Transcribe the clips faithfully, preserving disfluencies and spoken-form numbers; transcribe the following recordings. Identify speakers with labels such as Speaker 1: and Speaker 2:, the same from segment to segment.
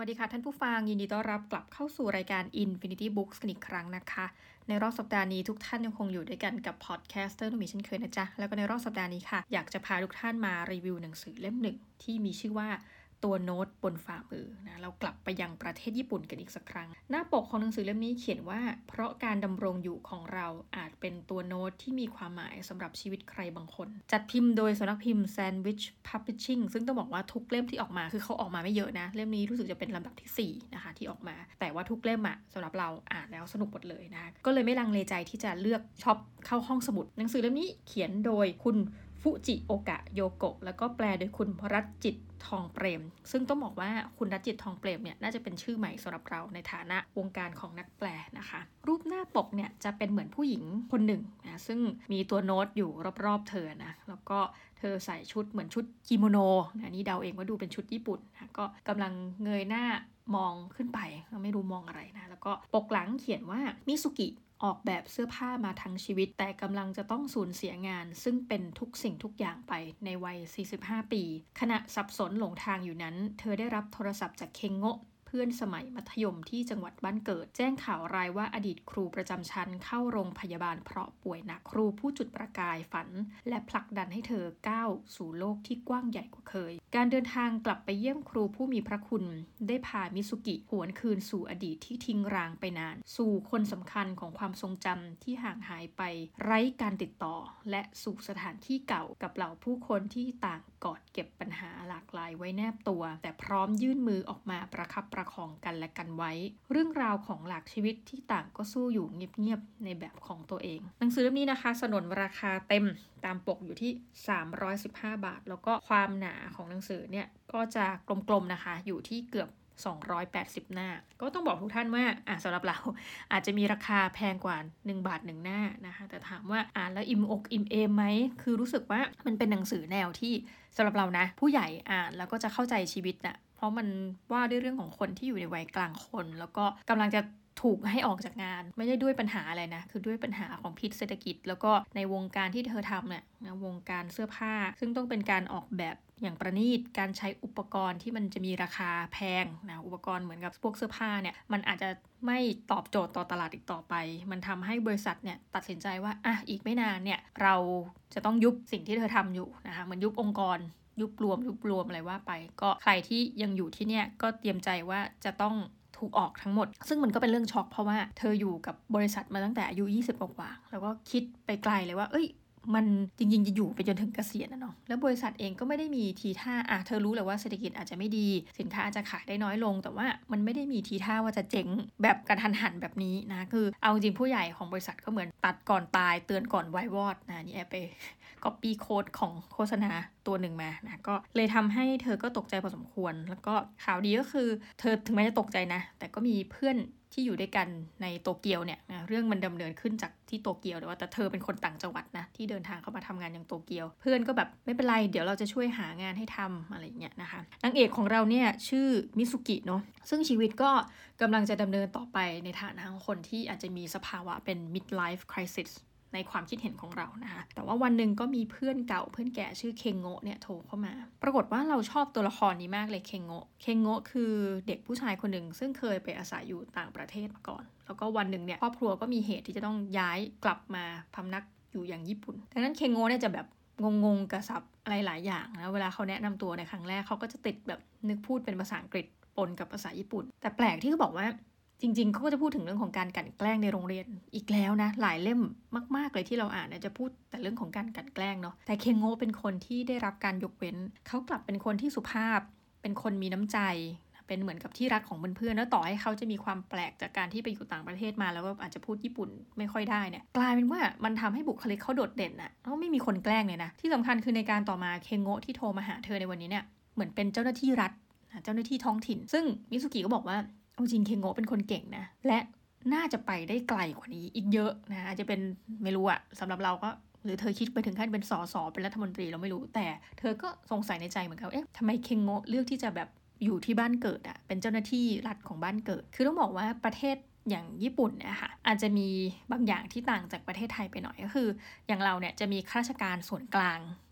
Speaker 1: สดีค่ะท่านผู้ฟังยินดีต้อนรับกลับเข้าสู่รายการ Infinity Books กันอีกครั้งนะคะในรอบสัปดาห์นี้ทุกท่านยังคงอยู่ด้วยกันกับพอดแคสเตอร์นุ่มเช่นเคยนะจ๊ะแล้วก็ในรอบสัปดาห์นี้ค่ะอยากจะพาทุกท่านมารีวิวหนังสือเล่มหนึ่งที่มีชื่อว่าตัวโน้ตบนฝ่ามือนะเรากลับไปยังประเทศญี่ปุ่นกันอีกสักครั้งหน้าปกของหนังสือเล่มนี้เขียนว่าเพราะการดำรงอยู่ของเราอาจเป็นตัวโน้ตที่มีความหมายสำหรับชีวิตใครบางคนจัดพิมพ์โดยสำนักพิมพ์ Sandwich Publishing ซึ่งต้องบอกว่าทุกเล่มที่ออกมาคือเขาออกมาไม่เยอะนะเล่มนี้รู้สึกจะเป็นลำดับที่สี่นะคะที่ออกมาแต่ว่าทุกเล่มอะสำหรับเราอ่านแล้วสนุกหมดเลยนะก็เลยไม่ลังเลใจที่จะเลือกช็อปเข้าห้องสมุดหนังสือเล่มนี้เขียนโดยคุณฟุจิโอกะโยโกะแล้วก็แปลโดยคุณรัตจิตทองเปรมซึ่งต้องบอกว่าคุณรัตจิตทองเปรมเนี่ยน่าจะเป็นชื่อใหม่สำหรับเราในฐานะวงการของนักแปลนะคะรูปหน้าปกเนี่ยจะเป็นเหมือนผู้หญิงคนหนึ่งนะซึ่งมีตัวโน้ตอยู่รอบๆเธอนะแล้วก็เธอใส่ชุดเหมือนชุดกิโมโนนะนี่เดาเองว่าดูเป็นชุดญี่ปุ่นนะก็กำลังเงยหน้ามองขึ้นไปไม่รู้มองอะไรนะแล้วก็ปกหลังเขียนว่ามิซุกิออกแบบเสื้อผ้ามาทั้งชีวิตแต่กำลังจะต้องสูญเสียงานซึ่งเป็นทุกสิ่งทุกอย่างไปในวัยสี่สิบห้าปีขณะสับสนหลงทางอยู่นั้นเธอได้รับโทรศัพท์จากเคงโงะเพื่อนสมัยมัธยมที่จังหวัดบ้านเกิดแจ้งข่าวรายว่าอดีตครูประจำชั้นเข้าโรงพยาบาลเพราะป่วยหนักครูผู้จุดประกายฝันและผลักดันให้เธอก้าวสู่โลกที่กว้างใหญ่กว่าเคยการเดินทางกลับไปเยี่ยมครูผู้มีพระคุณได้พามิซุกิหวนคืนสู่อดีตที่ทิ้งร้างไปนานสู่คนสำคัญของความทรงจำที่ห่างหายไปไร้การติดต่อและสู่สถานที่เก่ากับเหล่าผู้คนที่ต่างกอดเก็บปัญหาหลากหลายไว้แนบตัวแต่พร้อมยื่นมือออกมาประคับประคองกันและกันไว้เรื่องราวของหลากชีวิตที่ต่างก็สู้อยู่เงียบๆในแบบของตัวเองหนังสือเล่มนี้นะคะสนนราคาเต็มตามปกอยู่ที่สามร้อยสิบห้าบาทแล้วก็ความหนาของหนังสือเนี่ยก็จะกลมๆนะคะอยู่ที่เกือบสองร้อยแปดสิบหน้าก็ต้องบอกทุกท่านว่าอ่ะสำหรับเราอาจจะมีราคาแพงกว่าหนึ่งบาทหนึ่งหน้านะคะแต่ถามว่าอ่านแล้วอิ่มอกอิ่มเอมไหมคือรู้สึกว่ามันเป็นหนังสือแนวที่สำหรับเรานะผู้ใหญ่อ่านแล้วก็จะเข้าใจชีวิตน่ะเพราะมันว่าด้วยเรื่องของคนที่อยู่ในวัยกลางคนแล้วก็กำลังจะถูกให้ออกจากงานไม่ได้ด้วยปัญหาอะไรนะคือด้วยปัญหาของพิษเศรษฐกิจแล้วก็ในวงการที่เธอทำเนี่ยนะวงการเสื้อผ้าซึ่งต้องเป็นการออกแบบอย่างประณีตการใช้อุปกรณ์ที่มันจะมีราคาแพงนะอุปกรณ์เหมือนกับพวกเสื้อผ้าเนี่ยมันอาจจะไม่ตอบโจทย์ต่อตลาดอีกต่อไปมันทำให้บริษัทเนี่ยตัดสินใจว่าอ่ะอีกไม่นานเนี่ยเราจะต้องยุบสิ่งที่เธอทำอยู่นะคะเหมือนยุบองค์กรยุบรวมยุบรวมอะไรว่าไปก็ใครที่ยังอยู่ที่เนี่ยก็เตรียมใจว่าจะต้องถูกออกทั้งหมดซึ่งมันก็เป็นเรื่องช็อกเพราะว่าเธออยู่กับบริษัทมาตั้งแต่อายุยี่สิบกว่าๆแล้วก็คิดไปไกลเลยว่าเอ้ยมันจริงๆจะอยู่ไปจนถึงเกษียณนะเนาะแล้วบริษัทเองก็ไม่ได้มีทีท่าอ่ะเธอรู้แหละว่าเศรษฐกิจอาจจะไม่ดีสินค้าอาจจะขายได้น้อยลงแต่ว่ามันไม่ได้มีทีท่าว่าจะเจ๊งแบบกระทันหันแบบนี้นะคือเอาจริงผู้ใหญ่ของบริษัทก็เหมือนตัดก่อนตายเตือนก่อนไววอดนะนี่แอบไปcopy code ของโฆษณาตัวหนึ่งมานะก็เลยทำให้เธอก็ตกใจพอสมควรแล้วก็ข่าวดีก็คือเธอถึงแม้จะตกใจนะแต่ก็มีเพื่อนที่อยู่ด้วยกันในโตเกียวเนี่ยนะเรื่องมันดำเนินขึ้นจากที่โตเกียวแต่ว่าแต่เธอเป็นคนต่างจังหวัดนะที่เดินทางเข้ามาทำงานอย่างโตเกียวเพื่อนก็แบบไม่เป็นไรเดี๋ยวเราจะช่วยหางานให้ทำอะไรอย่างเงี้ยนะคะนางเอกของเราเนี่ยชื่อมิซุกิเนาะซึ่งชีวิตก็กำลังจะดำเนินต่อไปในฐานะของคนที่อาจจะมีสภาวะเป็น midlife crisisในความคิดเห็นของเรานะคะแต่ว่าวันหนึ่งก็มีเพื่อนเก่าเพื่อนแก่ชื่อเคงโงะเนี่ยโทรเข้ามาปรากฏว่าเราชอบตัวละครนี้มากเลยเคงโงะเคงโงะคือเด็กผู้ชายคนหนึ่งซึ่งเคยไปอาศัยอยู่ต่างประเทศมาก่อนแล้วก็วันหนึ่งเนี่ยครอบครัวก็มีเหตุที่จะต้องย้ายกลับมาพำนักอยู่อย่างญี่ปุ่นดังนั้นเคงโงะเนี่ยจะแบบงงๆกระสับอะไรหลายอย่างนะเวลาเขาแนะนำตัวในครั้งแรกเขาก็จะติดแบบนึกพูดเป็นภาษาอังกฤษปนกับภาษาญี่ปุ่นแต่แปลกที่เขาบอกว่าจริงๆเขาก็จะพูดถึงเรื่องของการกลั่นแกล้งในโรงเรียนอีกแล้วนะหลายเล่มมากๆเลยที่เราอ่านเนี่ยจะพูดแต่เรื่องของการกลั่นแกล้งเนาะแต่เคงโงะเป็นคนที่ได้รับการยกเว้นเขากลับเป็นคนที่สุภาพเป็นคนมีน้ำใจเป็นเหมือนกับที่รักของเพื่อนๆแล้วต่อให้เขาจะมีความแปลกจากการที่ไปอยู่ต่างประเทศมาแล้วก็อาจจะพูดญี่ปุ่นไม่ค่อยได้เนี่ยกลายเป็นว่ามันทำให้บุคลิกเขาโดดเด่นอะแล้วไม่มีคนแกล้งเลยนะที่สำคัญคือในการต่อมาเคงโงะที่โทรมาหาเธอในวันนี้เนี่ยเหมือนเป็นเจ้าหน้าที่รัฐเจ้าหน้าที่ท้องถิ่นซึ่งมิซุกิก็บอกว่าจริงเคงโงะเป็นคนเก่งนะและน่าจะไปได้ไกลกว่านี้อีกเยอะนะอาจจะเป็นไม่รู้อะสำหรับเราก็หรือเธอคิดไปถึงขั้นเป็นสสเป็นรัฐมนตรีเราไม่รู้แต่เธอก็สงสัยในใจเหมือนกันเอ๊ะทำไมเคงโงะเลือกที่จะแบบอยู่ที่บ้านเกิดอะเป็นเจ้าหน้าที่รัฐของบ้านเกิดคือต้องบอกว่าประเทศอย่างญี่ปุ่นเนี่ยค่ะอาจจะมีบางอย่างที่ต่างจากประเทศไทยไปหน่อยก็คืออย่างเราเนี่ยจะมีข้าราชการส่วนกลาง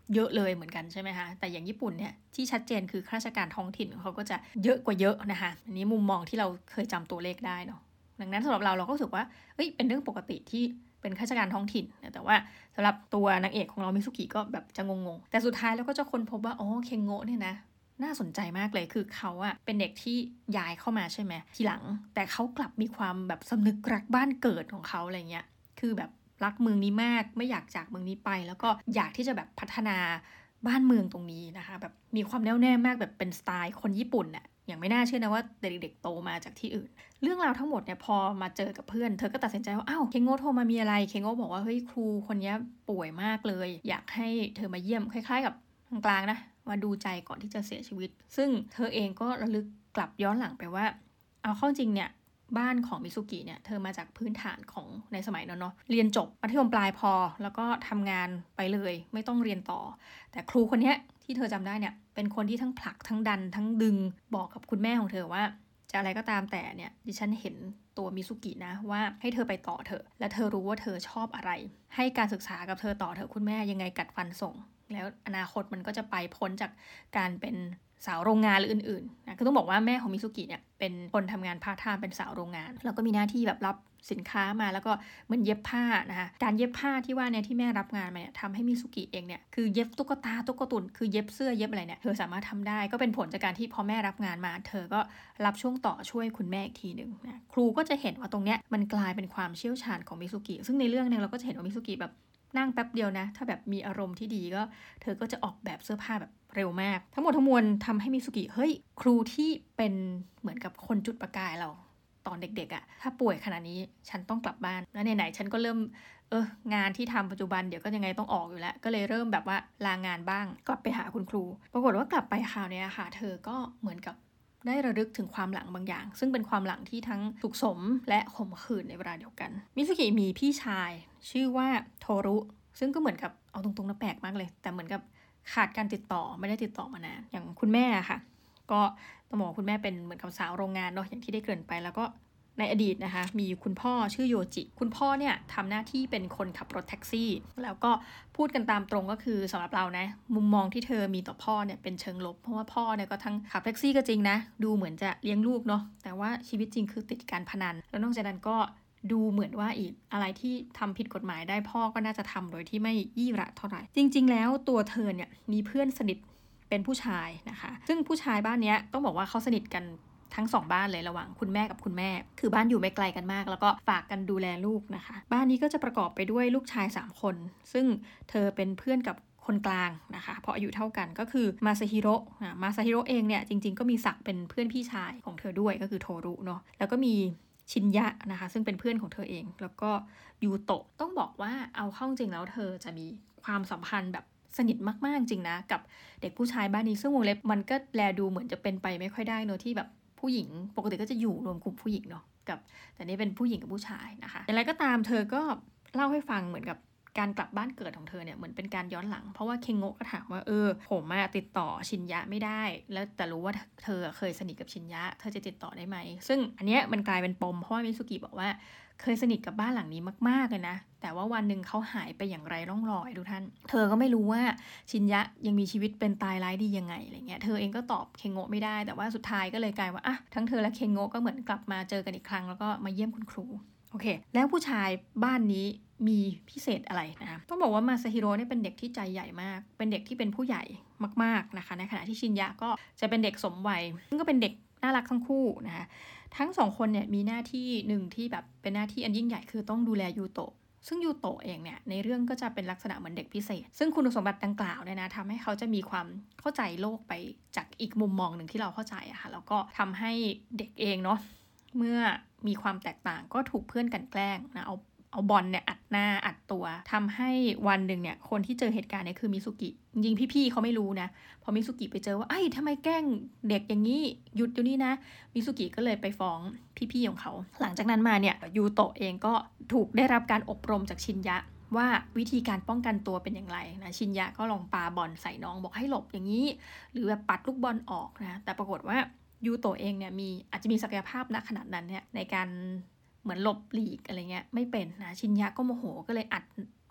Speaker 1: เยอะเลยเหมือนกันใช่ไหมคะแต่อย่างญี่ปุ่นเนี่ยที่ชัดเจนคือข้าราชการท้องถิ่นเขาก็จะเยอะกว่าเยอะนะคะอันนี้มุมมองที่เราเคยจำตัวเลขได้เนาะดังนั้นสำหรับเราเราก็รู้สึกว่าเฮ้ยเป็นเรื่องปกติที่เป็นข้าราชการท้องถิ่นแต่ว่าสำหรับตัวนางเอกของเรามิซุกิก็แบบจะงงๆแต่สุดท้ายเราก็จะค้นพบว่าอ๋อเคนโงะเนี่ยนะน่าสนใจมากเลยคือเขาอะเป็นเด็กที่ย้ายเข้ามาใช่ไหมทีหลังแต่เขากลับมีความแบบสำนึกรักบ้านเกิดของเขาอะไรเงี้ยคือแบบรักเมืองนี้มากไม่อยากจากเมืองนี้ไปแล้วก็อยากที่จะแบบพัฒนาบ้านเมืองตรงนี้นะคะแบบมีความแน่วแน่มากแบบเป็นสไตล์คนญี่ปุ่นน่ะอย่างไม่น่าเชื่อนะว่าเด็กๆโตมาจากที่อื่นเรื่องราวทั้งหมดเนี่ยพอมาเจอกับเพื่อนเธอก็ตัดสินใจว่าอ้าวเคงโง่โทรมามีอะไรเคงโง่บอกว่าเฮ้ยครูคนนี้ป่วยมากเลยอยากให้เธอมาเยี่ยมคล้ายๆกับกลางๆนะมาดูใจก่อนที่จะเสียชีวิตซึ่งเธอเองก็ระลึกกลับย้อนหลังไปว่าเอาเข้าจริงเนี่ยบ้านของมิซุกิเนี่ยเธอมาจากพื้นฐานของในสมัยนั้นเนาะเรียนจบมัธยมปลายพอแล้วก็ทำงานไปเลยไม่ต้องเรียนต่อแต่ครูคนนี้ที่เธอจำได้เนี่ยเป็นคนที่ทั้งผลักทั้งดันทั้งดึงบอกกับคุณแม่ของเธอว่าจะอะไรก็ตามแต่เนี่ยดิฉันเห็นตัวมิซุกินะว่าให้เธอไปต่อเถอะและเธอรู้ว่าเธอชอบอะไรให้การศึกษากับเธอต่อเถอะคุณแม่ยังไงกัดฟันส่งแล้วอนาคตมันก็จะไปพ้นจากการเป็นสาวโรงงานหรืออื่นๆนะคือต้องบอกว่าแม่ของมิซุกิเนี่ยเป็นคนทำงานพาร์ทไทม์เป็นสาวโรงงานแล้วก็มีหน้าที่แบบรับสินค้ามาแล้วก็เหมือนเย็บผ้านะคะการเย็บผ้าที่ว่าเนี่ยที่แม่รับงานมาเนี่ยทำให้มิซุกิเองเนี่ยคือเย็บตุ๊กตาตุ๊กตุนคือเย็บเสื้อเย็บอะไรเนี่ยเธอสามารถทำได้ก็เป็นผลจากการที่พอแม่รับงานมาเธอก็รับช่วงต่อช่วยคุณแม่อีกทีหนึ่งนะครูก็จะเห็นว่าตรงเนี้ยมันกลายเป็นความเชี่ยวชาญของมิซุกิซึ่งในเรื่องนึงเราก็จะเห็นว่ามิซุกิแบบนั่งแป๊บเดียวนะถ้าแบบมีอารมณ์ที่ดีก็เธอก็จะออกแบบเสื้อผ้าแบบเร็วมากทั้งหมดทั้งมวลทำให้มิซุกิเฮ้ยครูที่เป็นเหมือนกับคนจุดประกายเราตอนเด็กๆอะถ้าป่วยขนาดนี้ฉันต้องกลับบ้านแล้วไหนๆฉันก็เริ่มเอองานที่ทำปัจจุบันเดี๋ยวก็ยังไงต้องออกอยู่แล้วก็เลยเริ่มแบบว่าลางานบ้างกลับไปหาคุณครูปรากฏว่ากลับไปคราวนี้ค่ะเธอก็เหมือนกับได้ระลึกถึงความหลังบางอย่างซึ่งเป็นความหลังที่ทั้งสุขสมและขมขื่นในเวลาเดียวกันมิซุกิมีพี่ชายชื่อว่าโทรุซึ่งก็เหมือนกับเอาตรงๆนะแปลกมากเลยแต่เหมือนกับขาดการติดต่อไม่ได้ติดต่อมานานอย่างคุณแม่ค่ะก็ต้องบอกคุณแม่เป็นเหมือนกับสาวโรงงานเนาะอย่างที่ได้เกริ่นไปแล้วก็ในอดีตนะคะมีคุณพ่อชื่อโยจิคุณพ่อเนี่ยทำหน้าที่เป็นคนขับรถแท็กซี่แล้วก็พูดกันตามตรงก็คือสำหรับเรานะมุมมองที่เธอมีต่อพ่อเนี่ยเป็นเชิงลบเพราะว่าพ่อเนี่ยก็ทั้งขับแท็กซี่ก็จริงนะดูเหมือนจะเลี้ยงลูกเนาะแต่ว่าชีวิตจริงคือติดการพนันแล้วนอกจากนั้นก็ดูเหมือนว่าอีกอะไรที่ทำผิดกฎหมายได้พ่อก็น่าจะทำโดยที่ไม่ยี่ระเท่าไหร่จริงๆแล้วตัวเธอเนี่ยมีเพื่อนสนิทเป็นผู้ชายนะคะซึ่งผู้ชายบ้านนี้ต้องบอกว่าเขาสนิทกันทั้งสองบ้านเลยระหว่างคุณแม่กับคุณแม่คือบ้านอยู่ไม่ไกลกันมากแล้วก็ฝากกันดูแลลูกนะคะบ้านนี้ก็จะประกอบไปด้วยลูกชายสามคนซึ่งเธอเป็นเพื่อนกับคนกลางนะคะเพราะอายุเท่ากันก็คือมาซาฮิโร่มาซาฮิโร่เองเนี่ยจริงๆก็มีศักดิ์เป็นเพื่อนพี่ชายของเธอด้วยก็คือโทรุเนาะแล้วก็มีชินยะนะคะซึ่งเป็นเพื่อนของเธอเองแล้วก็ยูโตะต้องบอกว่าเอาเข้าจริงแล้วเธอจะมีความสัมพันธ์แบบสนิทมากๆจริงนะกับเด็กผู้ชายบ้านนี้ซึ่งวงเล็บมันก็แลดูเหมือนจะเป็นไปไม่ค่อยได้เนอะที่แบบผู้หญิงปกติก็จะอยู่รวมกลุ่มผู้หญิงเนาะกับแต่นี่เป็นผู้หญิงกับผู้ชายนะคะอย่างไรก็ตามเธอก็เล่าให้ฟังเหมือนกับการกลับบ้านเกิดของเธอเนี่ยเหมือนเป็นการย้อนหลังเพราะว่าเคงโงะก็ถามว่าเออผมอะติดต่อชินยะไม่ได้แล้วแต่รู้ว่าเธอเคยสนิทกับชินยะเธอจะติดต่อได้ไหมซึ่งอันเนี้ยมันกลายเป็นปมเพราะว่ามิซุกิบอกว่าเคยสนิทกับบ้านหลังนี้มากๆเลยนะแต่ว่าวันหนึ่งเขาหายไปอย่างไรร่องรอยทุกท่านเธอก็ไม่รู้ว่าชินยะยังมีชีวิตเป็นตายร้ายดียังไงอะไรเงี้ยเธอเองก็ตอบเคงโงะไม่ได้แต่ว่าสุดท้ายก็เลยกลายว่าอ่ะทั้งเธอและเคงโงะก็เหมือนกลับมาเจอกันอีกครั้งแล้วก็มาเยี่ยมคุณครูโอเคแล้วผู้ชายบ้านนี้มีพิเศษอะไรนะคะต้องบอกว่ามาซาฮิโร่เนี่ยเป็นเด็กที่ใจใหญ่มากเป็นเด็กที่เป็นผู้ใหญ่มากๆนะคะในขณะที่ชินยะก็จะเป็นเด็กสมวัยซึ่งก็เป็นเด็กน่ารักทั้งคู่นะคะทั้งสองคนเนี่ยมีหน้าที่หนึ่งที่แบบเป็นหน้าที่อันยิ่งใหญ่คือต้องดูแลยูโตะซึ่งยูโตะเองเนี่ยในเรื่องก็จะเป็นลักษณะเหมือนเด็กพิเศษซึ่งคุณสมบัติดังกล่าวเนี่ยนะทำให้เขาจะมีความเข้าใจโลกไปจากอีกมุมมองหนึ่งที่เราเข้าใจอะค่ะแล้วก็ทำให้เด็กเองเนาะเมื่อมีความแตกต่างก็ถูกเพื่อนกันแกล้งนะเอาเอาบอลเนี่ยอัดหน้าอัดตัวทำให้วันหนึ่งเนี่ยคนที่เจอเหตุการณ์เนี่ยคือมิซุกิจริงๆพี่ๆเขาไม่รู้นะพอมิซุกิไปเจอว่าไอ้ทำไมแกล้งเด็กอย่างนี้หยุดอยู่นี่นะมิซุกิก็เลยไปฟ้องพี่ๆของเขาหลังจากนั้นมาเนี่ยยูโตะเองก็ถูกได้รับการอบรมจากชินยะว่าวิธีการป้องกันตัวเป็นอย่างไรนะชินยะก็ลองปาบอลใส่น้องบอกให้หลบอย่างนี้หรือแบบปัดลูกบอลออกนะแต่ปรากฏว่ายูโตะเองเนี่ยมีอาจจะมีศักยภาพณขนาดนั้นเนี่ยในการเหมือนหลบหลีกอะไรเงี้ยไม่เป็นนะชินยะก็โมโหก็เลยอัด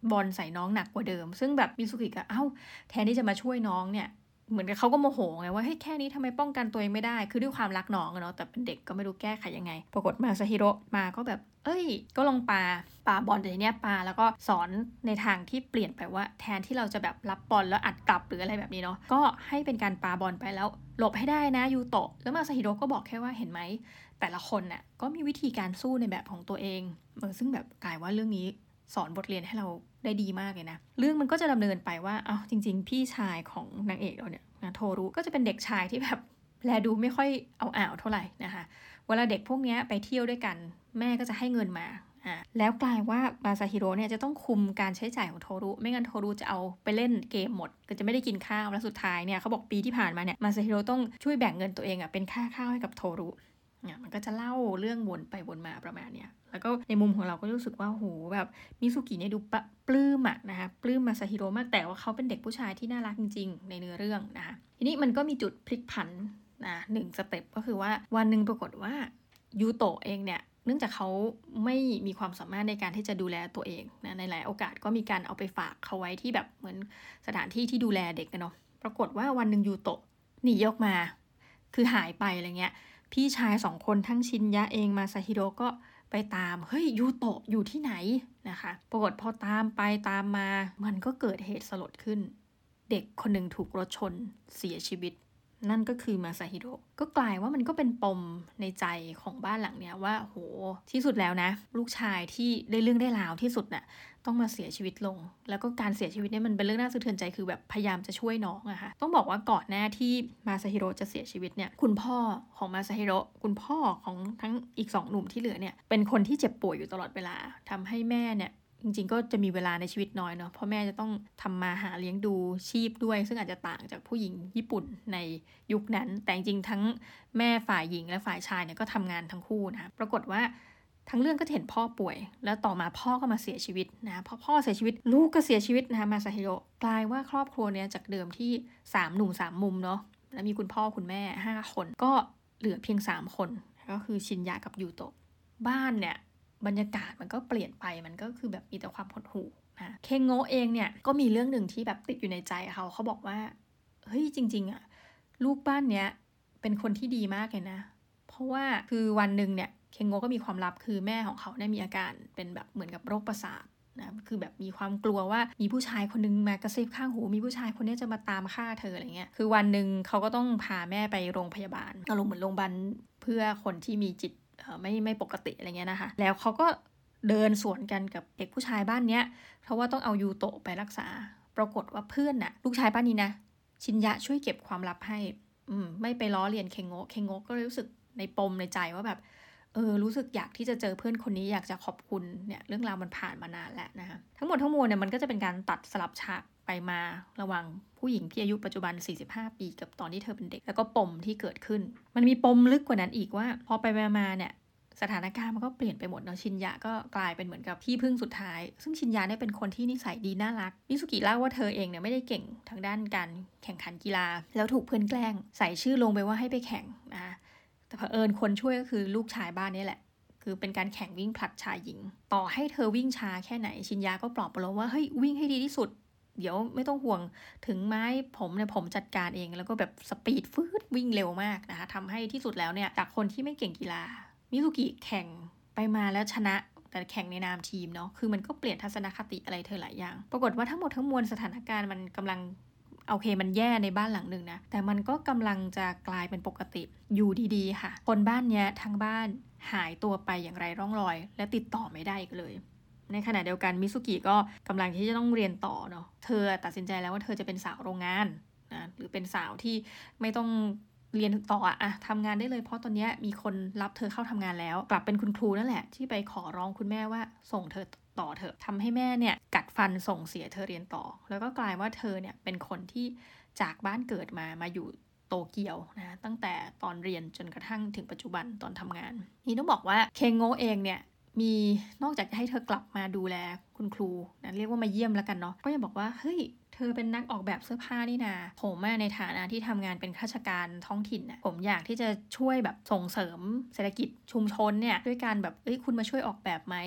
Speaker 1: บอลใส่น้องหนักกว่าเดิมซึ่งแบบมิซุกิก็เอ้าแทนที่จะมาช่วยน้องเนี่ยเหมือนกับเขาก็โมโหไงว่าเฮ้ยแค่นี้ทำไมป้องกันตัวเองไม่ได้คือด้วยความรักน้องอะเนาะแต่เป็นเด็กก็ไม่รู้แก้ไขยังไงปรากฏมาซาฮิโร่มาก็แบบเอ้ยก็ลองปาปาบอลแต่ทีเนี้ยปาแล้วก็สอนในทางที่เปลี่ยนไปว่าแทนที่เราจะแบบรับบอลแล้วอัดกลับหรืออะไรแบบนี้เนาะก็ให้เป็นการปาบอลไปแล้วหลบให้ได้นะยูโตะแล้วมาซาฮิโร่ก็บอกแค่ว่าเห็นไหมแต่ละคนน่ะก็มีวิธีการสู้ในแบบของตัวเองเออซึ่งแบบกลายว่าเรื่องนี้สอนบทเรียนให้เราได้ดีมากเลยนะเรื่องมันก็จะดำเนินไปว่าอ้าวจริงๆพี่ชายของนางเอกเราเนี่ยนะโทรุก็จะเป็นเด็กชายที่แบบแลดูไม่ค่อยเอาอ่าวเท่าไหร่นะคะเวลาเด็กพวกนี้ไปเที่ยวด้วยกันแม่ก็จะให้เงินมาอ่าแล้วกลายว่ามาซาฮิโร่เนี่ยจะต้องคุมการใช้จ่ายของโทรุไม่งั้นโทรุจะเอาไปเล่นเกมหมดก็จะไม่ได้กินข้าวแล้วสุดท้ายเนี่ยเขาบอกปีที่ผ่านมาเนี่ยมาซาฮิโร่ต้องช่วยแบ่งเงินตัวเองอ่ะเป็นค่าข้าวให้กับโทรุเนี่ยมันก็จะเล่าเรื่องวนไปวนมาประมาณเนี้ยแล้วก็ในมุมของเราก็รู้สึกว่าโหแบบมิซุกิเนี่ยดูปลื้มอะนะคะปลื้มมาซาฮิโร่มากแต่ว่าเขาเป็นเด็กผู้ชายที่น่ารักจริงๆในเนื้อเรื่องนะคะทีนี้มันก็มีจุดพลิกผันนะหนึ่งสเต็ปก็คือว่าวันหนึ่งปรากฏว่ายูโตะเองเนี่ยเนื่องจากเขาไม่มีความสามารถในการที่จะดูแลตัวเองนะในหลายโอกาสก็มีการเอาไปฝากเขาไว้ที่แบบเหมือนสถานที่ที่ดูแลเด็กกันเนาะปรากฏว่าวันหนึ่งยูโตะหนีออกมาคือหายไปอะไรเงี้ยพี่ชายสองคนทั้งชินยะเองมาซาฮิโร่ก็ไปตามเฮ้ยยูโตะอยู่ที่ไหนนะคะปรากฏพอตามไปตามมามันก็เกิดเหตุสลดขึ้นเด็กคนหนึ่งถูกรถชนเสียชีวิตนั่นก็คือมาซาฮิโร่ก็กลายว่ามันก็เป็นปมในใจของบ้านหลังเนี้ยว่าโหที่สุดแล้วนะลูกชายที่ได้เรื่องได้ราวที่สุดน่ะต้องมาเสียชีวิตลงแล้วก็การเสียชีวิตเนี่ยมันเป็นเรื่องน่าสะเทือนใจคือแบบพยายามจะช่วยน้องอะค่ะต้องบอกว่าก่อนหน้าที่มาซาฮิโร่จะเสียชีวิตเนี่ยคุณพ่อของมาซาฮิโร่คุณพ่อของทั้งอีกสองหนุ่มที่เหลือเนี่ยเป็นคนที่เจ็บป่วยอยู่ตลอดเวลาทำให้แม่เนี่ยจริงๆก็จะมีเวลาในชีวิตน้อยเนาะเพราะแม่จะต้องทำมาหาเลี้ยงดูชีพด้วยซึ่งอาจจะต่างจากผู้หญิงญี่ปุ่นในยุคนั้นแต่จริงๆทั้งแม่ฝ่ายหญิงและฝ่ายชายเนี่ยก็ทำงานทั้งคู่นะปรากฏว่าทั้งเรื่องก็เห็นพ่อป่วยแล้วต่อมาพ่อก็มาเสียชีวิตนะพอพ่อเสียชีวิตลูกก็เสียชีวิตนะคะมาซาฮิโร่กลายว่าครอบครัวเนี่ยจากเดิมที่สามหนุ่มสามมุมเนาะแล้วมีคุณพ่อคุณแม่ห้าคนก็เหลือเพียงสามคนก็คือชินยะกับยูโตะบ้านเนี่ยบรรยากาศมันก็เปลี่ยนไปมันก็คือแบบมีแต่ความหดหู่นะเคงโงะเองเนี่ยก็มีเรื่องหนึ่งที่แบบติดอยู่ในใจเขาเขาบอกว่าเฮ้ยจริงๆอะลูกบ้านเนี้ยเป็นคนที่ดีมากเลยนะเพราะว่าคือวันหนึ่งเนี่ยเคงโงะก็มีความลับคือแม่ของเขาเนี่ยมีอาการเป็นแบบเหมือนกับโรคประสาทนะคือแบบมีความกลัวว่ามีผู้ชายคนนึงมากระซิบข้างหูมีผู้ชายคนนี้จะมาตามฆ่าเธออะไรเงี้ยคือวันหนึ่งเขาก็ต้องพาแม่ไปโรงพยาบาลอารมณ์เหมือนโรงพยาบาลเพื่อคนที่มีจิตไม่ไม่ปกติอะไรเงี้ยนะคะแล้วเขาก็เดินสวนกันกับเด็กผู้ชายบ้านเนี้ยเพราะว่าต้องเอายูโตะไปรักษาปรากฏว่าเพื่อนน่ะลูกชายบ้านนี้นะชินยะช่วยเก็บความลับให้อืมไม่ไปล้อเลียนเคงโงะเคงโงะก็รู้สึกในปมในใจว่าแบบเออรู้สึกอยากที่จะเจอเพื่อนคนนี้อยากจะขอบคุณเนี่ยเรื่องราวมันผ่านมานานแล้วนะคะทั้งหมดทั้งมวลเนี่ยมันก็จะเป็นการตัดสลับฉากไปมาระหว่างผู้หญิงที่อายุปัจจุบันสี่สิบห้าปีกับตอนที่เธอเป็นเด็กแล้วก็ปมที่เกิดขึ้นมันมีปมลึกกว่านั้นอีกว่าพอไปมาเนี่ยสถานการณ์มันก็เปลี่ยนไปหมดเนาะชินยะก็กลายเป็นเหมือนกับที่พึ่งสุดท้ายซึ่งชินยะเนี่ยเป็นคนที่นิสัยดีน่ารักมิซุกิเล่าว่าเธอเองเนี่ยไม่ได้เก่งทางด้านการแข่งขันกีฬาแล้วถูกเพื่อนแกล้งใส่ชื่อลงไปว่าให้ไปแข่งนะคะแต่เผอิญคนช่วยก็คือลูกชายบ้านนี่แหละคือเป็นการแข่งวิ่งผลัดชายหญิงต่อให้เธอวิ่งช้าแค่ไหนชินยะก็ปลอบประโลมว่าเฮ้ยวิ่งให้ดีที่สุดเดี๋ยวไม่ต้องห่วงถึงไม้ผมเนี่ยผมจัดการเองแล้วก็แบบสปีดฟืดวิ่งเร็วมากนะคะทำให้ที่สุดแล้วเนี่ยจากคนที่ไม่เก่งกีฬามิซุกิแข่งไปมาแล้วชนะแต่แข่งในนามทีมเนาะคือมันก็เปลี่ยนทัศนคติอะไรเธอหลายอย่างปรากฏว่าทั้งหมดทั้งมวลสถานการณ์มันกำลังโอเคมันแย่ในบ้านหลังหนึ่งนะแต่มันก็กำลังจะกลายเป็นปกติอยู่ดีๆค่ะคนบ้านเนี้ยทั้งบ้านหายตัวไปอย่างไรร่องรอยและติดต่อไม่ได้อีกเลยในขณะเดียวกันมิซุกิก็กำลังที่จะต้องเรียนต่อเนาะเธอตัดสินใจแล้วว่าเธอจะเป็นสาวโรงงานนะหรือเป็นสาวที่ไม่ต้องเรียนต่ออะทำงานได้เลยเพราะตอนนี้มีคนรับเธอเข้าทำงานแล้วกลับเป็นคุณครูนั่นแหละที่ไปขอร้องคุณแม่ว่าส่งเธอต่อเถอะทำให้แม่เนี่ยกัดฟันส่งเสียเธอเรียนต่อแล้วก็กลายว่าเธอเนี่ยเป็นคนที่จากบ้านเกิดมามาอยู่โตเกียวนะตั้งแต่ตอนเรียนจนกระทั่งถึงปัจจุบันตอนทำงานนี่ต้องบอกว่าเคงโงะเองเนี่ยมีนอกจากจะให้เธอกลับมาดูแลคุณครูนะเรียกว่ามาเยี่ยมแล้วกันเนาะก็ยังบอกว่าเฮ้ยเธอเป็นนักออกแบบเสื้อผ้านี่นาผมในฐานะที่ทำงานเป็นข้าราชการท้องถิ่นน่ะผมอยากที่จะช่วยแบบส่งเสริมเศรษฐกิจชุมชนเนี่ยด้วยการแบบเอ้ยคุณมาช่วยออกแบบไหมเ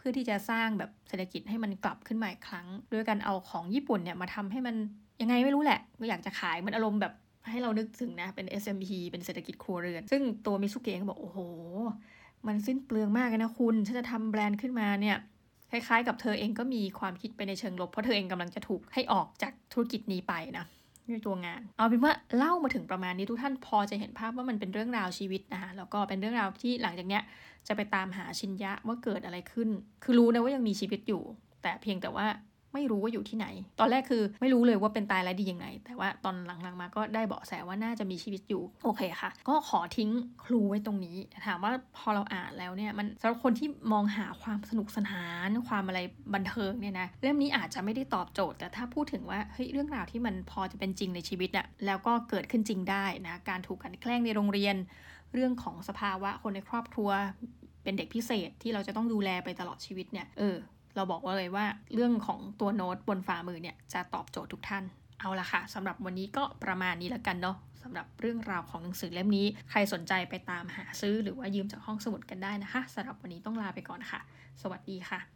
Speaker 1: พื่อที่จะสร้างแบบเศรษฐกิจให้มันกลับขึ้นมาอีกครั้งด้วยการเอาของญี่ปุ่นเนี่ยมาทำให้มันยังไงไม่รู้แหละก็อยากจะขายมันอารมณ์แบบให้เรานึกถึงนะเป็น เอส เอ็ม พี เป็นเศรษฐกิจครัวเรือนซึ่งตัวมิซุเกะก็บอกโอ้โหมันสิ้นเปลืองมากเลยนะคุณถ้าจะทำแบรนด์ขึ้นมาเนี่ยคล้ายๆกับเธอเองก็มีความคิดไปในเชิงลบเพราะเธอเองกำลังจะถูกให้ออกจากธุรกิจนี้ไปนะด้วยตัวงานเอาเป็นว่าเล่ามาถึงประมาณนี้ทุกท่านพอจะเห็นภาพว่ามันเป็นเรื่องราวชีวิตนะคะแล้วก็เป็นเรื่องราวที่หลังจากเนี้ยจะไปตามหาชินยะว่าเกิดอะไรขึ้นคือรู้นะว่ายังมีชีวิตอยู่แต่เพียงแต่ว่าไม่รู้ว่าอยู่ที่ไหนตอนแรกคือไม่รู้เลยว่าเป็นตายแล้วดียังไงแต่ว่าตอนหลังๆมาก็ได้เบาะแสว่าน่าจะมีชีวิตอยู่โอเคค่ะก็ขอทิ้งครูไว้ตรงนี้ถามว่าพอเราอ่านแล้วเนี่ยมันสำหรับคนที่มองหาความสนุกสนานความอะไรบันเทิงเนี่ยนะเล่มนี้อาจจะไม่ได้ตอบโจทย์แต่ถ้าพูดถึงว่าเฮ้ยเรื่องราวที่มันพอจะเป็นจริงในชีวิตอะแล้วก็เกิดขึ้นจริงได้นะการถูกกลั่นแกล้งในโรงเรียนเรื่องของสภาวะคนในครอบครัวเป็นเด็กพิเศษที่เราจะต้องดูแลไปตลอดชีวิตเนี่ยเออเราบอกว่าเลยว่าเรื่องของตัวโน้ตบนฝ่ามือเนี่ยจะตอบโจทย์ทุกท่านเอาละค่ะสำหรับวันนี้ก็ประมาณนี้แล้วกันเนาะสำหรับเรื่องราวของหนังสือเล่มนี้ใครสนใจไปตามหาซื้อหรือว่ายืมจากห้องสมุดกันได้นะคะสำหรับวันนี้ต้องลาไปก่อนค่ะสวัสดีค่ะ